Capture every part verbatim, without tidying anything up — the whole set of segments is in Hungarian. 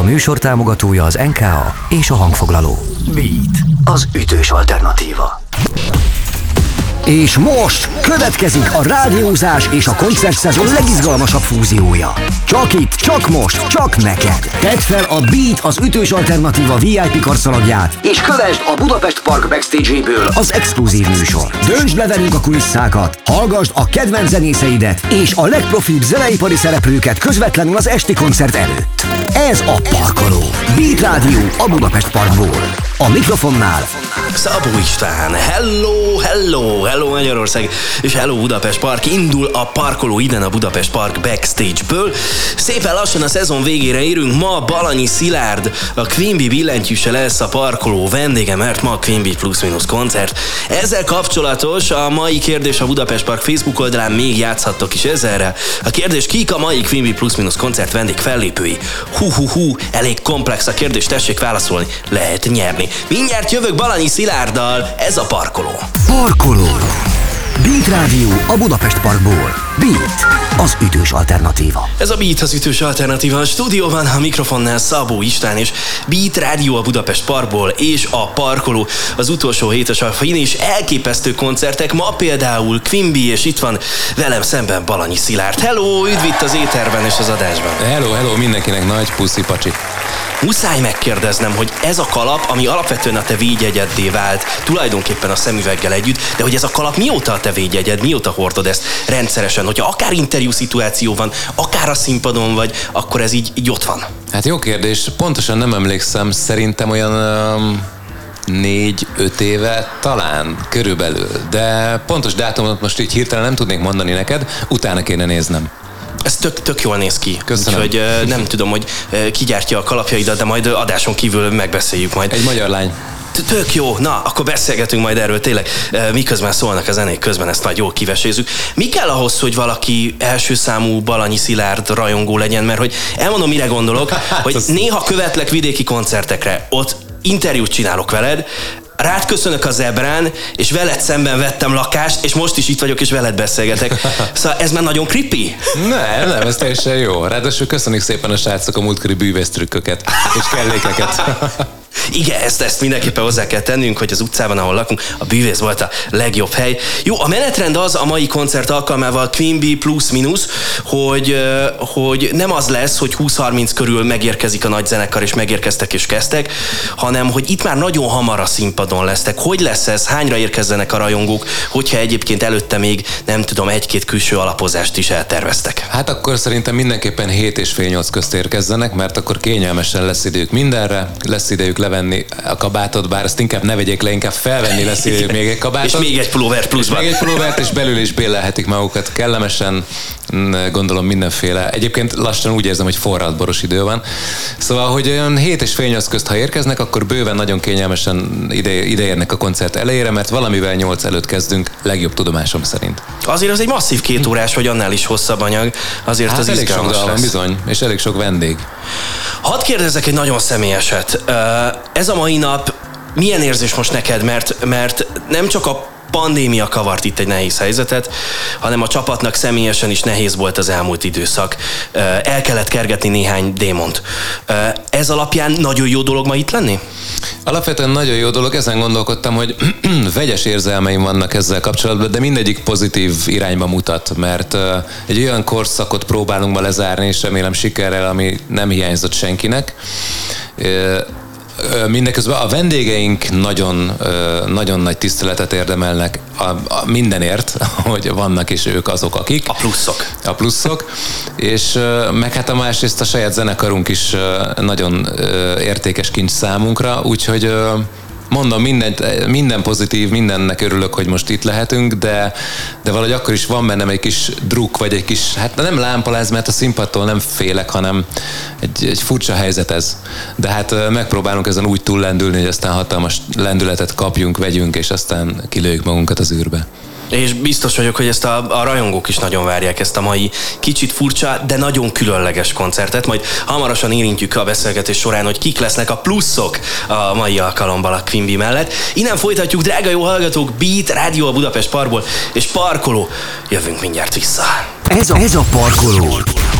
műsor támogatója az en ká á és a hangfoglaló. Beat, az ütős alternatíva. És most következik a rádiózás és a koncertszezon legizgalmasabb fúziója. Csak itt, csak most, csak neked. Tedd fel a Beat, az ütős alternatíva vé i pé karszalagját, és kövesd a Budapest Park backstage-éből az exkluzív műsor. Döntsd le velünk a kulisszákat, hallgasd a kedvenc zenészeidet és a legprofibb zeneipari szereplőket közvetlenül az esti koncert előtt. Ez a Parkoló. Beat Rádió a Budapest Parkból. A mikrofonnál Szabó István. Hello, hello, hello Magyarország, és hello Budapest Park. Indul a Parkoló innen a Budapest Park backstage-ből. Szépen lassan a szezon végére érünk. Ma Balanyi Szilárd, a Queen Bee billentyűse lesz a Parkoló vendége, mert ma a Queen Bee plusz-minusz koncert. Ezzel kapcsolatos a mai kérdés a Budapest Park Facebook oldalán, még játszhattok is ezerre. A kérdés: kik a mai Queen Bee plusz-minusz koncert vendég fellépői? Hú, hú, hú, elég komplex a kérdés, tessék válaszolni, lehet nyerni. Mindjárt jövök Balanyi Szilárddal, ez a Parkoló. Parkoló. Beat Rádió a Budapest Parkból. Beat, az ütős alternatíva. Ez a Beat, az ütős alternatíva. A stúdióban a mikrofonnál Szabó István, és Beat Rádió a Budapest Parkból, és a Parkoló az utolsó hétes a fin, és elképesztő koncertek. Ma például Queen Bee, és itt van velem szemben Balanyi Szilárd. Hello, üdv itt az éterben és az adásban. Hello, hello, mindenkinek nagy puszi pacsi. Muszáj megkérdeznem, hogy ez a kalap, ami alapvetően a te védjegyeddé vált, tulajdonképpen a szemüveggel együtt, de hogy ez a kalap mióta a te védjegyed, mióta hordod ezt rendszeresen? Hogyha akár interjú szituáció van, akár a színpadon vagy, akkor ez így, így ott van. Hát jó kérdés, pontosan nem emlékszem, szerintem olyan um, négy-öt éve talán, körülbelül, de pontos dátumot most így hirtelen nem tudnék mondani neked, utána kéne néznem. Ez tök, tök jól néz ki. Köszönöm. Úgyhogy uh, nem tudom, hogy uh, ki gyártja a kalapjaidat, de majd adáson kívül megbeszéljük majd. Egy magyar lány. Tök jó, na, akkor beszélgetünk majd erről tényleg, miközben szólnak a zenék, közben ezt majd jól kivesézzük. Mi kell ahhoz, hogy valaki első számú Balanyi Szilárd rajongó legyen? Mert hogy elmondom, mire gondolok, hogy néha követlek vidéki koncertekre, ott interjút csinálok veled, rád köszönök a zebrán, és veled szemben vettem lakást, és most is itt vagyok, és veled beszélgetek. Szóval ez már nagyon creepy? Nem, nem, ez teljesen jó. Ráadásul köszönjük szépen a srácok a múltkori bűvésztrükköket és kellékeket. Igen, ezt, ezt mindenképpen hozzá kell tennünk, hogy az utcában, ahol lakunk, a bűvész volt a legjobb hely. Jó, a menetrend az a mai koncert alkalmával Queen Bee plusz-minusz, hogy, hogy nem az lesz, hogy húsz-harminc körül megérkezik a nagy zenekar, és megérkeztek és kezdtek, hanem hogy itt már nagyon hamar a színpadon lesztek. Hogy lesz ez? Hányra érkezzenek a rajongók, hogyha egyébként előtte még, nem tudom, egy-két külső alapozást is elterveztek? Hát akkor szerintem mindenképpen hét és fél nyolc közt érkezzenek, mert akkor kényelmesen lesz idők mindenre, lesz idejük levenni a kabátot, bár ezt inkább ne vegyék le, inkább felvenni lesz idejük még egy kabátot. És még egy pulóvert pluszban. Még egy pulóvert, és belül is bélelhetik magukat kellemesen, gondolom mindenféle. Egyébként lassan úgy érzem, hogy forralt boros idő van. Szóval, hogy olyan hét és fél nyolc közt, ha érkeznek, akkor bőven nagyon kényelmesen ide, ideérnek a koncert elejére, mert valamivel nyolc előtt kezdünk, legjobb tudomásom szerint. Azért az egy masszív két órás, vagy annál is hosszabb anyag, azért hát az elég sok izgalmas dal van, lesz. bizony, és elég sok vendég. Hadd kérdezzek egy nagyon személyeset. Ez a mai nap milyen érzés most neked, mert, mert nem csak a pandémia kavart itt egy nehéz helyzetet, hanem a csapatnak személyesen is nehéz volt az elmúlt időszak. El kellett kergetni néhány démont. Ez alapján nagyon jó dolog ma itt lenni? Alapvetően nagyon jó dolog, ezen gondolkodtam, hogy vegyes érzelmeim vannak ezzel kapcsolatban, de mindegyik pozitív irányba mutat, mert egy olyan korszakot próbálunk ma lezárni, és remélem sikerrel, ami nem hiányzott senkinek. Mindeközben a vendégeink nagyon, nagyon nagy tiszteletet érdemelnek a, a mindenért, hogy vannak is ők azok, akik. A pluszok. A pluszok, és meg hát a másrészt a saját zenekarunk is nagyon értékes kincs számunkra, úgyhogy mondom, minden, minden pozitív, mindennek örülök, hogy most itt lehetünk, de, de valahogy akkor is van bennem egy kis druk, vagy egy kis, hát nem lámpaláz, mert a színpadtól nem félek, hanem egy, egy furcsa helyzet ez. De hát megpróbálunk ezen úgy túl lendülni, hogy aztán hatalmas lendületet kapjunk, vegyünk, és aztán kilőjük magunkat az űrbe. És biztos vagyok, hogy ezt a, a rajongók is nagyon várják, ezt a mai kicsit furcsa, de nagyon különleges koncertet. Majd hamarosan érintjük a beszélgetés során, hogy kik lesznek a pluszok a mai alkalommal a Queen Bee mellett. Innen folytatjuk, drága jó hallgatók, Beat Rádió a Budapest Parkból, és Parkoló. Jövünk mindjárt vissza. Ez a, ez a Parkoló.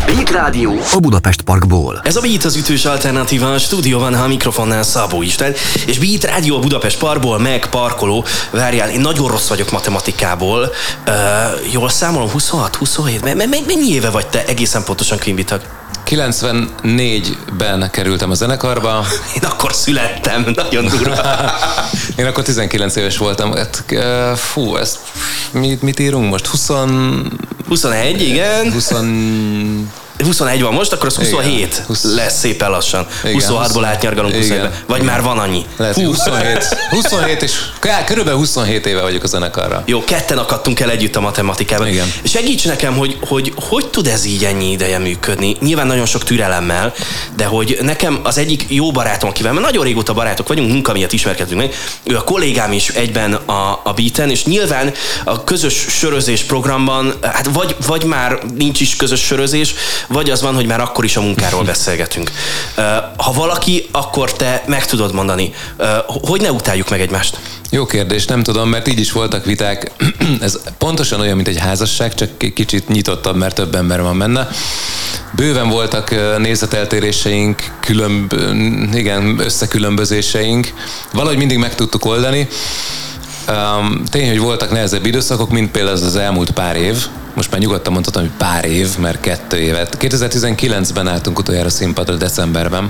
Beat Rádió a Budapest Parkból. Ez a Beat az ütős alternatíva, a stúdióban a mikrofonnál Szabó István, és Beat Rádió a Budapest Parkból, meg parkoló. Várjál, én nagyon rossz vagyok matematikából. Uh, jól számolom, huszonhat, huszonhét, mennyi éve vagy te egészen pontosan Quimby tag? kilencvennégyben kerültem a zenekarba. Én akkor születtem, nagyon durva. Én akkor tizenkillenc éves voltam. Hát, fú, ezt mit, mit írunk most? húsz... huszonegy, igen. húsz... huszonegy van most, akkor az huszonhét húsz... lesz szépen lassan. Igen, huszonhatból átnyargalunk huszonegybe. Vagy igen. Már van annyi. Lehet, huszonhét, huszonhét és körülbelül huszonhét éve vagyok a zenekarra. Jó, ketten akadtunk el együtt a matematikában. Igen. Segíts nekem, hogy, hogy hogy tud ez így ennyi ideje működni? Nyilván nagyon sok türelemmel, de hogy nekem az egyik jó barátom, akivel mert nagyon régóta barátok vagyunk, munka miatt ismerkedünk meg, ő a kollégám is egyben a, a Beaten, és nyilván a közös sörözés programban, hát vagy, vagy már nincs is közös sörözés, vagy az van, hogy már akkor is a munkáról beszélgetünk. Ha valaki, akkor te meg tudod mondani, hogy ne utáljuk meg egymást? Jó kérdés, nem tudom, mert így is voltak viták. Ez pontosan olyan, mint egy házasság, csak kicsit nyitottabb, mert több ember van benne. Bőven voltak nézeteltéréseink, különb, igen, összekülönbözéseink. Valahogy mindig meg tudtuk oldani. Um, tény, hogy voltak nehezebb időszakok, mint például az, az elmúlt pár év. Most már nyugodtan mondhatom, hogy pár év, mert kettő évet. kétezer-tizenkilencben álltunk utoljára színpadra, decemberben.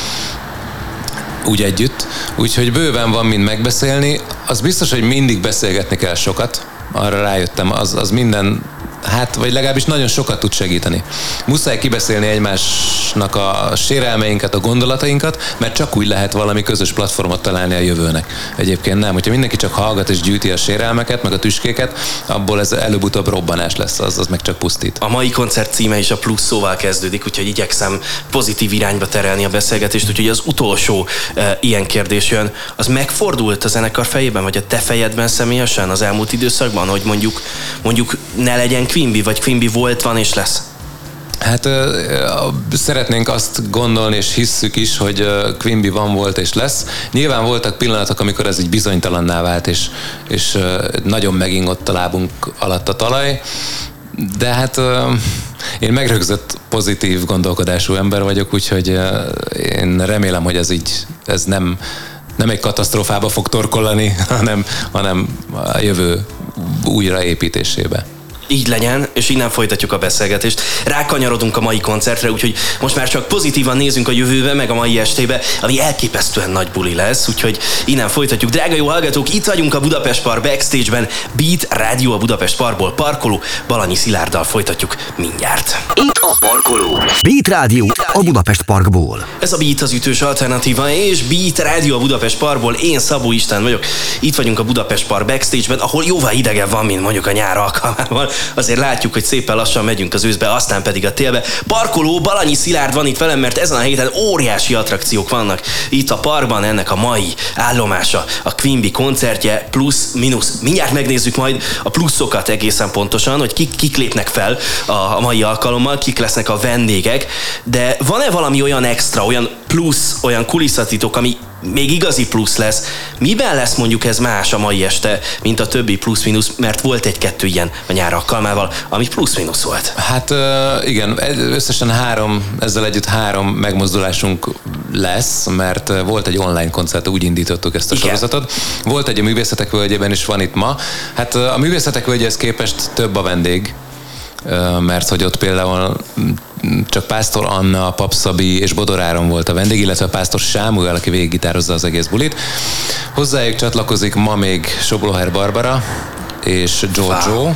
Úgy együtt. Úgyhogy bőven van mind megbeszélni. Az biztos, hogy mindig beszélgetni kell sokat. Arra rájöttem, az, az minden, hát, vagy legalábbis nagyon sokat tud segíteni. Muszáj kibeszélni egymásnak a sérelmeinket, a gondolatainkat, mert csak úgy lehet valami közös platformot találni a jövőnek. Egyébként nem. Hogyha mindenki csak hallgat és gyűjti a sérelmeket, meg a tüskéket, abból ez előbb-utóbb robbanás lesz, az, az meg csak pusztít. A mai koncert címe is a plusz szóval kezdődik, úgyhogy igyekszem pozitív irányba terelni a beszélgetést, úgyhogy az utolsó e, ilyen kérdés jön. Az megfordult a zenekar fejében, vagy a te fejedben személyesen az elmúlt időszakban, hogy mondjuk, mondjuk ne legyen Quimby, vagy Quimby volt, van és lesz? Hát ö, szeretnénk azt gondolni, és hisszük is, hogy Quimby van, volt és lesz. Nyilván voltak pillanatok, amikor ez így bizonytalanná vált, és, és ö, nagyon megingott a lábunk alatt a talaj, de hát ö, én megrögzött pozitív gondolkodású ember vagyok, úgyhogy ö, én remélem, hogy ez így, ez nem, nem egy katasztrófába fog torkollani, hanem, hanem a jövő újraépítésébe. Így legyen, és innen folytatjuk a beszélgetést. Rákanyarodunk a mai koncertre, úgyhogy most már csak pozitívan nézünk a jövőbe, meg a mai estébe, ami elképesztően nagy buli lesz, úgyhogy innen folytatjuk. Drága jó hallgatók, itt vagyunk a Budapest Park backstage-ben, Beat Rádió a Budapest Parkból, parkoló, Balanyi Szilárddal folytatjuk mindjárt. Itt a parkoló. Beat Rádió a Budapest Parkból. Ez a Beat az ütős alternatíva, és Beat Rádió a Budapest Parkból, én Szabó István vagyok. Itt vagyunk a Budapest Park backstage-ben, ahol jóval idegebb van, mint mondjuk a nyár alkalmával. Azért látjuk, hogy szépen lassan megyünk az őszbe, aztán pedig a télbe. Parkoló, Balanyi Szilárd van itt velem, mert ezen a héten óriási attrakciók vannak itt a parkban, ennek a mai állomása, a Quimby koncertje, plusz-minusz. Mindjárt megnézzük majd a pluszokat egészen pontosan, hogy kik, kik lépnek fel a, a mai alkalommal, kik lesznek a vendégek, de van-e valami olyan extra, olyan plusz, olyan kulisszatitok, ami még igazi plusz lesz? Miben lesz mondjuk ez más a mai este, mint a többi plusz-minusz, mert volt egy-kettő ilyen a nyár alkalmával, ami plusz-minusz volt. Hát igen, összesen három, ezzel együtt három megmozdulásunk lesz, mert volt egy online koncert, úgy indítottuk ezt a igen. sorozatot. Volt egy a Művészetek Völgyében is, van itt ma. Hát a Művészetek Völgyhez képest több a vendég, mert hogy ott például csak Pásztor Anna, Pap Szabi és Bodor Áron volt a vendég, illetve a Pásztor Sámuel, aki végiggitározza az egész bulit. Hozzájuk csatlakozik ma még Sobloher Barbara és Giorgio.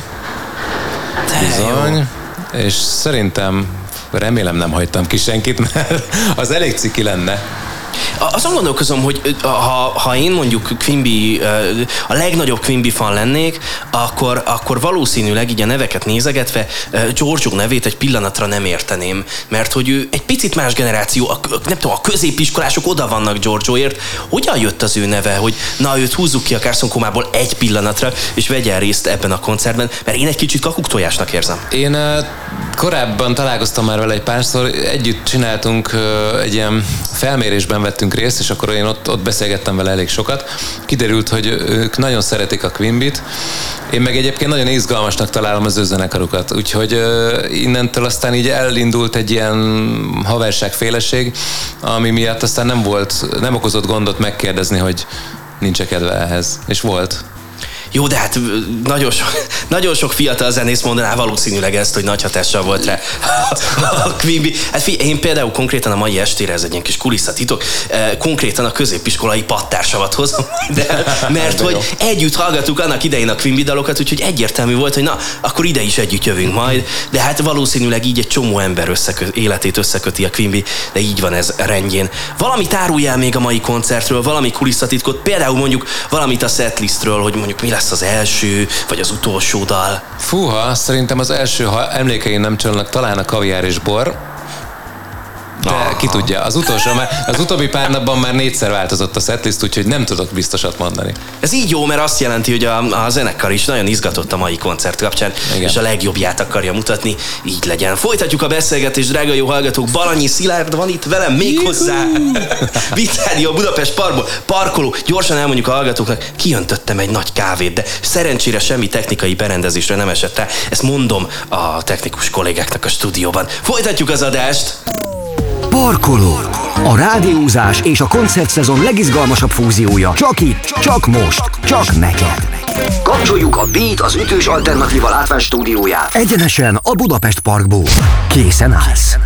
Bizony. És szerintem, remélem nem hagytam ki senkit, mert az elég ciki lenne. Azon gondolkozom, hogy ha, ha én mondjuk Quimby, a legnagyobb Quimby fan lennék, akkor, akkor valószínűleg így a neveket nézegetve Giorgio nevét egy pillanatra nem érteném, mert hogy ő egy picit más generáció, a, nem tudom, a középiskolások oda vannak Giorgioért. Hogyan jött az ő neve, hogy na őt húzzuk ki a Carson komából egy pillanatra, és vegyen részt ebben a koncertben, mert én egy kicsit kakuktojásnak érzem. Én korábban találkoztam már vele egy párszor, együtt csináltunk egy ilyen felmérésben vettünk vettünk részt, és akkor én ott, ott beszélgettem vele elég sokat. Kiderült, hogy ők nagyon szeretik a Quimbyt, én meg egyébként nagyon izgalmasnak találom az ő zenekarukat, úgyhogy uh, innentől aztán így elindult egy ilyen haverságféleség, ami miatt aztán nem volt, nem okozott gondot megkérdezni, hogy nincs-e kedve ehhez, és volt. Jó, de hát nagyon sok, nagyon sok fiatal zenész mondaná valószínűleg ezt, hogy nagy hatással volt rá a Quimby. Hát figyelj, én például konkrétan a mai estére, ez egy ilyen kis kulisszatitok, konkrétan a középiskolai pattársavat hozom el, mert hogy együtt hallgattuk annak idején a Quimby dalokat, úgyhogy egyértelmű volt, hogy na, akkor ide is együtt jövünk majd, de hát valószínűleg így egy csomó ember összekö- életét összeköti a Quimby, de így van ez rendjén. Valamit árulj el még a mai koncertről, valami kulisszatitkot, például mondjuk valamit a setlistről, hogy mondjuk mi lesz az első, vagy az utolsó dal? Fúha, szerintem az első, ha emlékeim nem csalnak, talán a Kaviár és bor. De aha, ki tudja, az utolsó, már, az utóbbi pár napban már négyszer változott a setlist, úgyhogy nem tudok biztosat mondani. Ez így jó, mert azt jelenti, hogy a, a zenekar is nagyon izgatott a mai koncert kapcsán, igen, és a legjobbját akarja mutatni, így legyen. Folytatjuk a beszélgetést, drága jó hallgatók, Balanyi Szilárd van itt velem még hozzá. Beat Radio Budapest Parkból, parkoló, gyorsan elmondjuk a hallgatóknak, kijöntöttem egy nagy kávét, de szerencsére semmi technikai berendezésre nem esett rá, ezt mondom a technikus kollégáknak a stúdióban. Folytatjuk az adást! Parkoló. A rádiózás és a koncertszezon legizgalmasabb fúziója. Csak itt, csak most, csak neked. Kapcsoljuk a Beat, az ütős alternatíva látvány stúdióját. Egyenesen a Budapest Parkból. Készen állsz.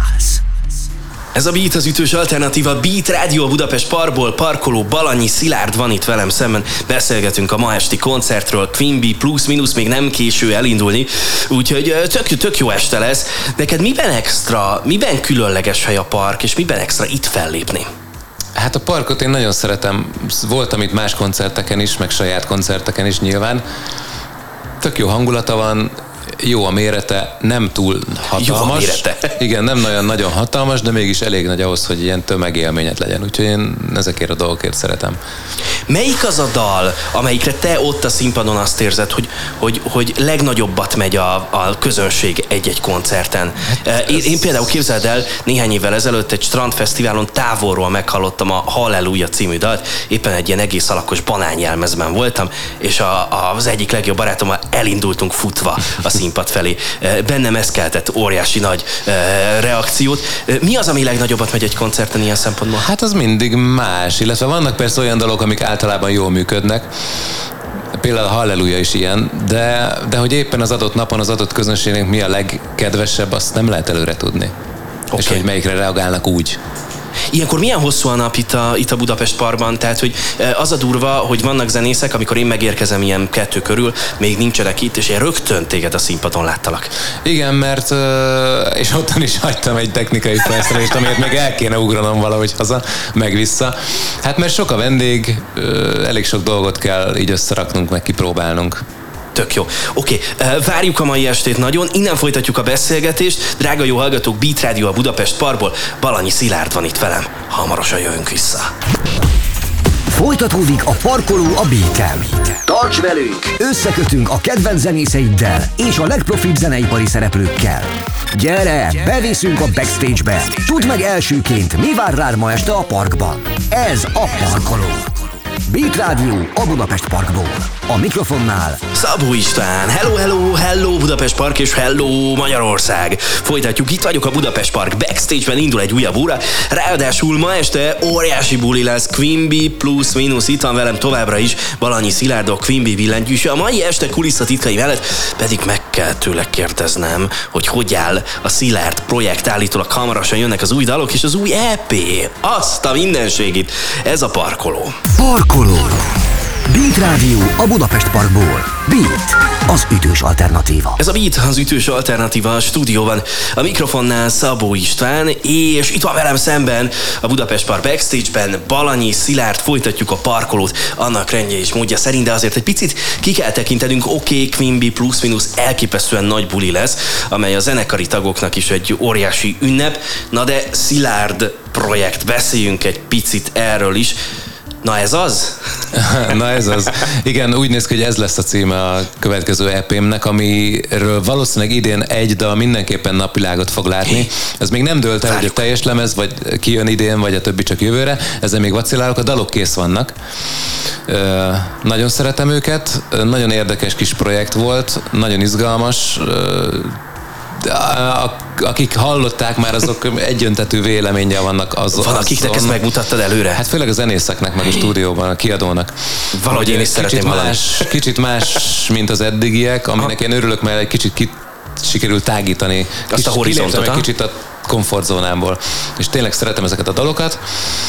Ez a Beat, az ütős alternatíva, Beat Radio a Budapest Parkból, parkoló, Balanyi Szilárd van itt velem szemben. Beszélgetünk a ma esti koncertről, Quimby plusz-minusz, még nem késő elindulni, úgyhogy tök, tök jó este lesz. Neked miben extra, miben különleges hely a park, és miben extra itt fellépni? Hát a parkot én nagyon szeretem. Voltam itt más koncerteken is, meg saját koncerteken is nyilván. Tök jó hangulata van, jó a mérete, nem túl hatalmas. Jó a mérete. Igen, nem nagyon, nagyon hatalmas, de mégis elég nagy ahhoz, hogy ilyen tömegélményet legyen. Úgyhogy én ezekért a dolgokért szeretem. Melyik az a dal, amelyikre te ott a színpadon azt érzed, hogy, hogy, hogy legnagyobbat megy a, a közönség egy-egy koncerten? Hát én, én például képzeld el, néhány évvel ezelőtt egy strandfesztiválon távolról meghallottam a Halleluja című dalt, éppen egy ilyen egész alakos banánjelmezben voltam, és a, az egyik legjobb barátommal elindultunk futva a színpad felé. Bennem ez keltett óriási nagy reakciót. Mi az, ami legnagyobbat megy egy koncerten ilyen szempontból? Hát az mindig más, illetve vannak persze olyan dalok, amik általában jól működnek. Például a Halleluja is ilyen, de, de hogy éppen az adott napon az adott közönségnek mi a legkedvesebb, azt nem lehet előre tudni. Okay. És hogy melyikre reagálnak úgy. Ilyenkor milyen hosszú a nap itt a, itt a Budapest Parkban? Tehát, hogy az a durva, hogy vannak zenészek, amikor én megérkezem ilyen kettő körül, még nincsenek itt, és én rögtön téged a színpadon láttalak. Igen, mert és ottan is hagytam egy technikai felszerelést, amiért meg el kéne ugranom valahogy haza, meg vissza. Hát mert sok a vendég, elég sok dolgot kell így összeraknunk, meg kipróbálnunk. Tök jó. Oké, okay. Várjuk a mai estét nagyon, innen folytatjuk a beszélgetést. Drága jó hallgatók, Beat Radio a Budapest Parkból, Balanyi Szilárd van itt velem. Hamarosan jövünk vissza. Folytatódik a parkoló a Beat-en. Tarts velünk! Összekötünk a kedvenc zenészeiddel és a legprofibb zeneipari szereplőkkel. Gyere, beviszünk a backstage-be! Tudd meg elsőként, mi vár rád ma este a parkban. Ez a Parkoló. Beat Radio a Budapest Parkból. A mikrofonnál Szabó István. Hello, hello, hello Budapest Park és hello Magyarország. Folytatjuk, itt vagyok a Budapest Park backstage-ben, indul egy újabb óra. Ráadásul ma este óriási buli lesz, Quimby plusz-minusz, itt van velem továbbra is Balanyi Szilárd, a Quimby billentyűse. A mai este kulisszatitkai mellett pedig meg kell tőle kérdeznem, hogy hogy áll a Szilárd projekt, állítólag hamarosan jönnek az új dalok és az új é pé. Azt a mindenségit. Ez a Parkoló. Parkoló. Beat Radio a Budapest Parkból. Beat, az ütős alternatíva. Ez a Beat, az ütős alternatíva a stúdióban. A mikrofonnál Szabó István, és itt van velem szemben a Budapest Park backstage-ben Balanyi Szilárd. Folytatjuk a parkolót annak rendje és módja szerint, de azért egy picit ki kell tekintenünk. Oké, okay, Quimby plusz-minusz elképesztően nagy buli lesz, amely a zenekari tagoknak is egy óriási ünnep. Na de Szilárd projekt, beszéljünk egy picit erről is. Na ez az? Na ez az. Igen, úgy néz ki, hogy ez lesz a címe a következő é pémnek, amiről valószínűleg idén egy dal mindenképpen napvilágot fog látni. Ez még nem dőlt el, hogy a teljes lemez, vagy kijön idén, vagy a többi csak jövőre. Ezzel még vacillálok, a dalok kész vannak. Ö, nagyon szeretem őket, nagyon érdekes kis projekt volt, nagyon izgalmas. Ö, akik hallották már, azok egyöntetű véleménnyel vannak. Az, Van, akiknek ezt megmutattad előre? Hát főleg a zenészeknek, meg a stúdióban, a kiadónak. Valahogy én is szeretném kicsit más, kicsit más, mint az eddigiek, aminek én örülök, mert egy kicsit ki, sikerült tágítani. Azt kicsit, a horizontot, egy kicsit a komfortzónámból. És tényleg szeretem ezeket a dalokat.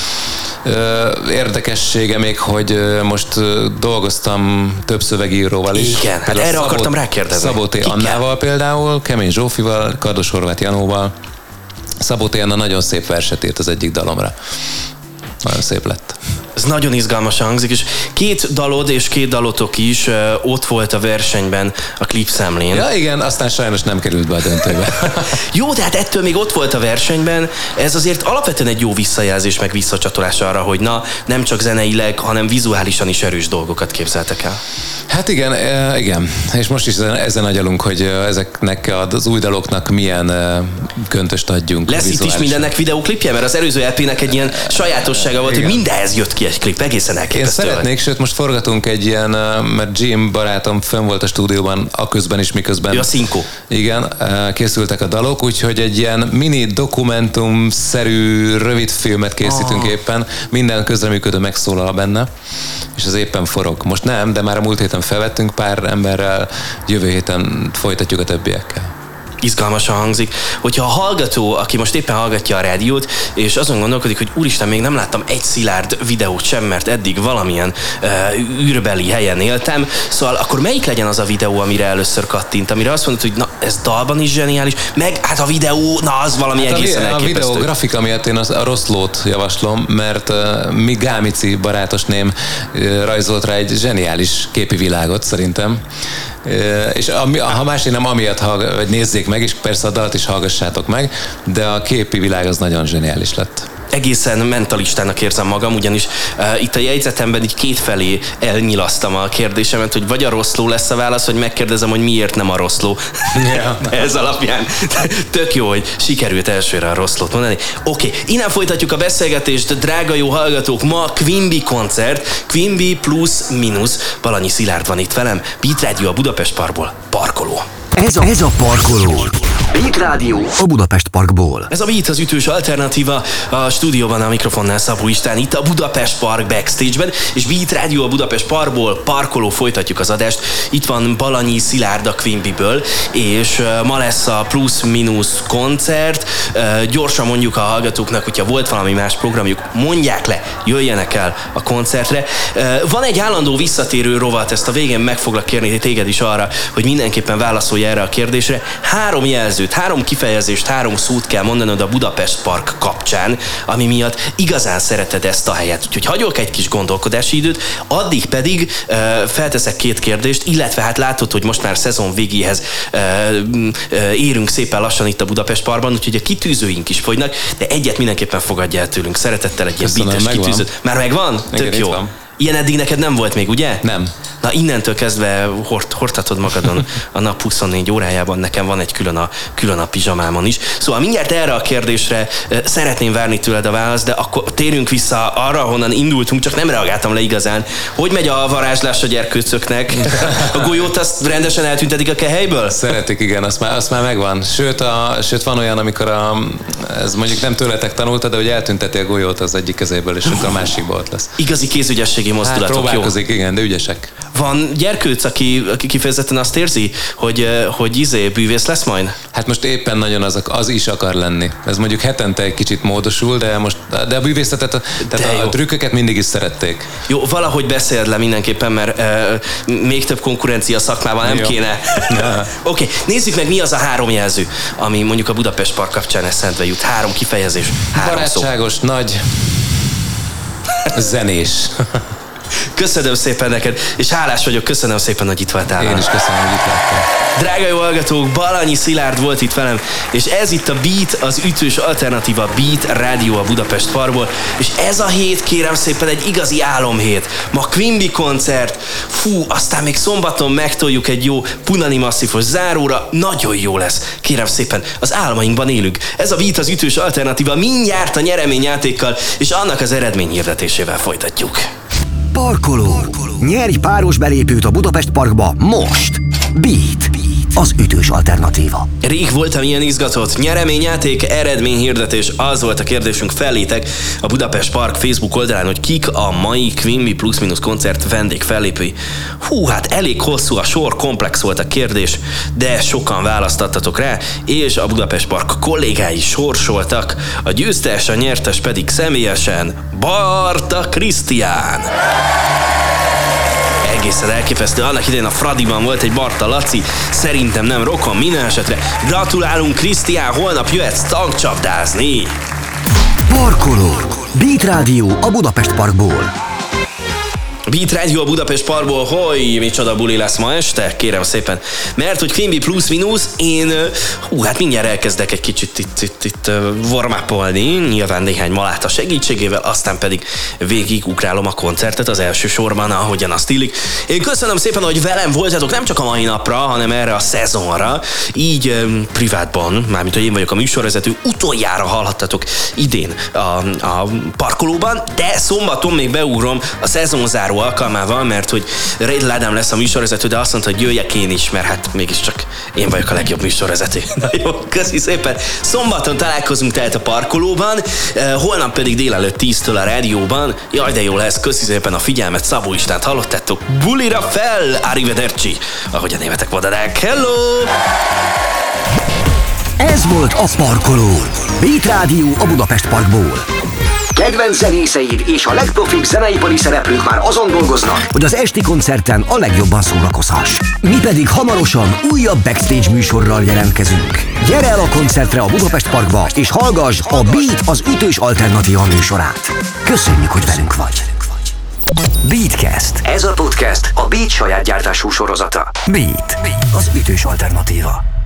Érdekessége még, hogy most dolgoztam több szövegíróval is. Igen, hát erre Szabó, akartam rákérdezni. Szabó T. Annával például, Kemény Zsófival, Kardos Horváth Janóval. Szabó T. Anna nagyon szép verset írt az egyik dalomra. Nagyon szép lett. Ez nagyon izgalmasan hangzik, és két dalod és két dalotok is uh, ott volt a versenyben a klipszemlén. Ja igen, aztán sajnos nem került be a döntőbe. Jó, de hát ettől még ott volt a versenyben, ez azért alapvetően egy jó visszajelzés, meg visszacsatolás arra, hogy na, nem csak zeneileg, hanem vizuálisan is erős dolgokat képzeltek el. Hát igen, igen. És most is ezen agyalunk, hogy ezeknek az új daloknak milyen köntöst adjunk. Lesz itt is mindennek videóklipje, mert az előző é pének egy ilyen sajátossága volt, igen, hogy mindenhez jött ki egy klip, egészen elképesztő. Én szeretnék, sőt most forgatunk egy ilyen, mert Jim barátom fönn volt a stúdióban, aközben is, miközben. Ő a Szinkó. Igen, készültek a dalok, úgyhogy egy ilyen mini dokumentumszerű rövid filmet készítünk oh. éppen, minden közreműködő megszólal benne, és az éppen forog. Most nem, de már a múlt héten felvettünk pár emberrel, jövő héten folytatjuk a többiekkel. Izgalmasan hangzik, hogyha a hallgató, aki most éppen hallgatja a rádiót, és azon gondolkodik, hogy úristen, még nem láttam egy szilárd videót sem, mert eddig valamilyen uh, űrbeli helyen éltem, szóval akkor melyik legyen az a videó, amire először kattint, amire azt mondod, hogy na, ez dalban is zseniális, meg hát a videó, na az valami hát egészen a, elképesztő. A videó grafika miatt én az, a Rosszlót javaslom, mert uh, mi Gámici barátosném uh, rajzolt rá egy zseniális képi világot szerintem. Uh, és ami, ha másik nem amiatt hallg- vagy nézzék meg, és persze a dalt is hallgassátok meg, de a képi világ az nagyon zseniális lett. Egészen mentalistának érzem magam, ugyanis uh, itt a jegyzetemben így kétfelé elnyilasztam a kérdésemet, hogy vagy a Rosszló lesz a válasz, vagy megkérdezem, hogy miért nem a Rosszló. Yeah. Ez alapján tök jó, hogy sikerült elsőre a Rosszlót mondani. Oké, okay. Innen folytatjuk a beszélgetést, drága jó hallgatók, ma Quimby koncert, Quimby plusz mínusz. Balanyi Szilárd van itt velem, Beat Radio a Budapest Parkból, parkoló. Ez a, ez a parkoló. Beat Rádió a Budapest Parkból. Ez a Beat az ütős alternatíva, a stúdióban a mikrofonnál Szabó István, itt a Budapest Park backstage-ben, és Beat Rádió a Budapest Parkból, parkoló, folytatjuk az adást. Itt van Balanyi Szilárd a Quimbyből, és ma lesz a plusz-minusz koncert. Gyorsan mondjuk a hallgatóknak, hogyha volt valami más programjuk, mondják le, jöjjenek el a koncertre. Van egy állandó visszatérő rovat, ezt a végén meg foglak kérni téged is arra, hogy mindenképpen válaszolj erre a kérdésre. Három jelzőt, három kifejezést, három szót kell mondanod a Budapest Park kapcsán, ami miatt igazán szereted ezt a helyet. Úgyhogy hagyok egy kis gondolkodási időt, addig pedig uh, felteszek két kérdést, illetve hát látod, hogy most már szezon végéhez uh, uh, érünk szépen lassan itt a Budapest Parkban, úgyhogy a kitűzőink is fogynak, de egyet mindenképpen fogadj el tőlünk. Szeretettel egy ilyen beates kitűzőt. Már megvan? Igen, tök jó. Van. Ilyen eddig neked nem volt még, ugye? Nem. Na innentől kezdve hord, hordhatod magadon a nap huszonnégy órájában, nekem van egy külön a, külön a pizsamámon is. Szóval mindjárt erre a kérdésre szeretném várni tőled a választ, de akkor térjünk vissza arra, honnan indultunk, csak nem reagáltam le igazán. Hogy megy a varázslás a gyerkőcöknek? A golyót azt rendesen eltüntetik a kehelyből? Szeretik, igen, azt már, azt már megvan. Sőt, a, sőt, van olyan, amikor a, ez mondjuk nem tőletek tanulta, de hogy eltünteti a golyót az egyik kezéből, és akkor a másikból ott lesz. Igazi kézügyességi mozdulatok, hát, próbálkozik, jó? Igen, de ügyesek. Van gyerkőc, aki, aki kifejezetten azt érzi, hogy, hogy izé, bűvész lesz majd? Hát most éppen nagyon az, az is akar lenni. Ez mondjuk hetente egy kicsit módosul, de most de a bűvészetet, tehát a, a trükköket mindig is szerették. Jó, valahogy beszéld le mindenképpen, mert uh, még több konkurencia szakmában nem jó. kéne. Oké, okay, nézzük meg, mi az a három jelző, ami mondjuk a Budapest Park kapcsán eszedbe jut. Három kifejezés, három barátságos, szó. Nagy, zenés. Köszönöm szépen neked, és hálás vagyok, köszönöm szépen, hogy itt voltál. Én is köszönöm, hogy itt láttam. Drága jó hallgatók, Balanyi Szilárd volt itt velem, és ez itt a Beat, az ütős alternatíva Beat Rádió a Budapest Parkból, és ez a hét kérem szépen egy igazi álomhét. Ma Quimby koncert, fú, aztán még szombaton megtoljuk egy jó Punani Masszívos záróra, nagyon jó lesz. Kérem szépen, az álmainkban élünk. Ez a Beat, az ütős alternatíva, mindjárt a nyereményjátékkal, és annak az eredmény hirdetésével folytatjuk. Parkoló. Nyerj páros belépőt a Budapest Parkba most. Beat, az ütős alternatíva. Rég voltam ilyen izgatott. Nyereményjáték, eredményhirdetés, az volt a kérdésünk felétek a Budapest Park Facebook oldalán, hogy kik a mai Quimby Plus Minus koncert vendég fellépői. Hú, hát elég hosszú a sor, komplex volt a kérdés, de sokan választattatok rá, és a Budapest Park kollégái sorsoltak, a győztes, a nyertes pedig személyesen Barta Krisztián. Egészen elképesztő, annak idején a Fradiban volt egy Barta Laci, szerintem nem rokon, minden esetre. Gratulálunk Krisztián, holnap jöhetsz tankcsapdázni! Parkoló. Beat Rádió a Budapest Parkból. Beat Rádió a Budapest Parkból, hogy micsoda buli lesz ma este, kérem szépen. Mert hogy Quimby Plus Minus, én, hú, hát mindjárt elkezdek egy kicsit itt, itt, itt warm-upolni, nyilván néhány maláta segítségével, aztán pedig végig ugrálom a koncertet az első sorban, ahogyan azt illik. Én köszönöm szépen, hogy velem voltatok nem csak a mai napra, hanem erre a szezonra, így um, privátban, mármint, hogy én vagyok a műsorvezető, utoljára hallhattatok idén a, a parkolóban, de szombaton még beugrom a szezonzáró alkalmával, mert hogy Rédl Ádám lesz a műsorvezető, de azt mondta, hogy jöjjek én is, mert hát mégiscsak én vagyok a legjobb műsorvezető. Na jó, köszi szépen. Szombaton találkozunk tehát a parkolóban, holnap pedig délelőtt tíztől a rádióban. Jaj, de jó lesz, köszi szépen a figyelmet, Szabó Istvánt hallottátok. Bulira fel! Arrivederci! Ahogy a németek mondanák. Hello! Ez volt a Parkoló. Beat Rádió a Budapest Parkból. Kedvenc zenészeid és a legprofibb zeneipari szereplők már azon dolgoznak, hogy az esti koncerten a legjobban szórakozhass. Mi pedig hamarosan újabb backstage műsorral jelentkezünk. Gyere el a koncertre a Budapest Parkba, és hallgass a Beat, az ütős alternatíva műsorát. Köszönjük, hogy velünk vagy. Beatcast. Ez a podcast a Beat saját gyártású sorozata. Beat, az ütős alternatíva.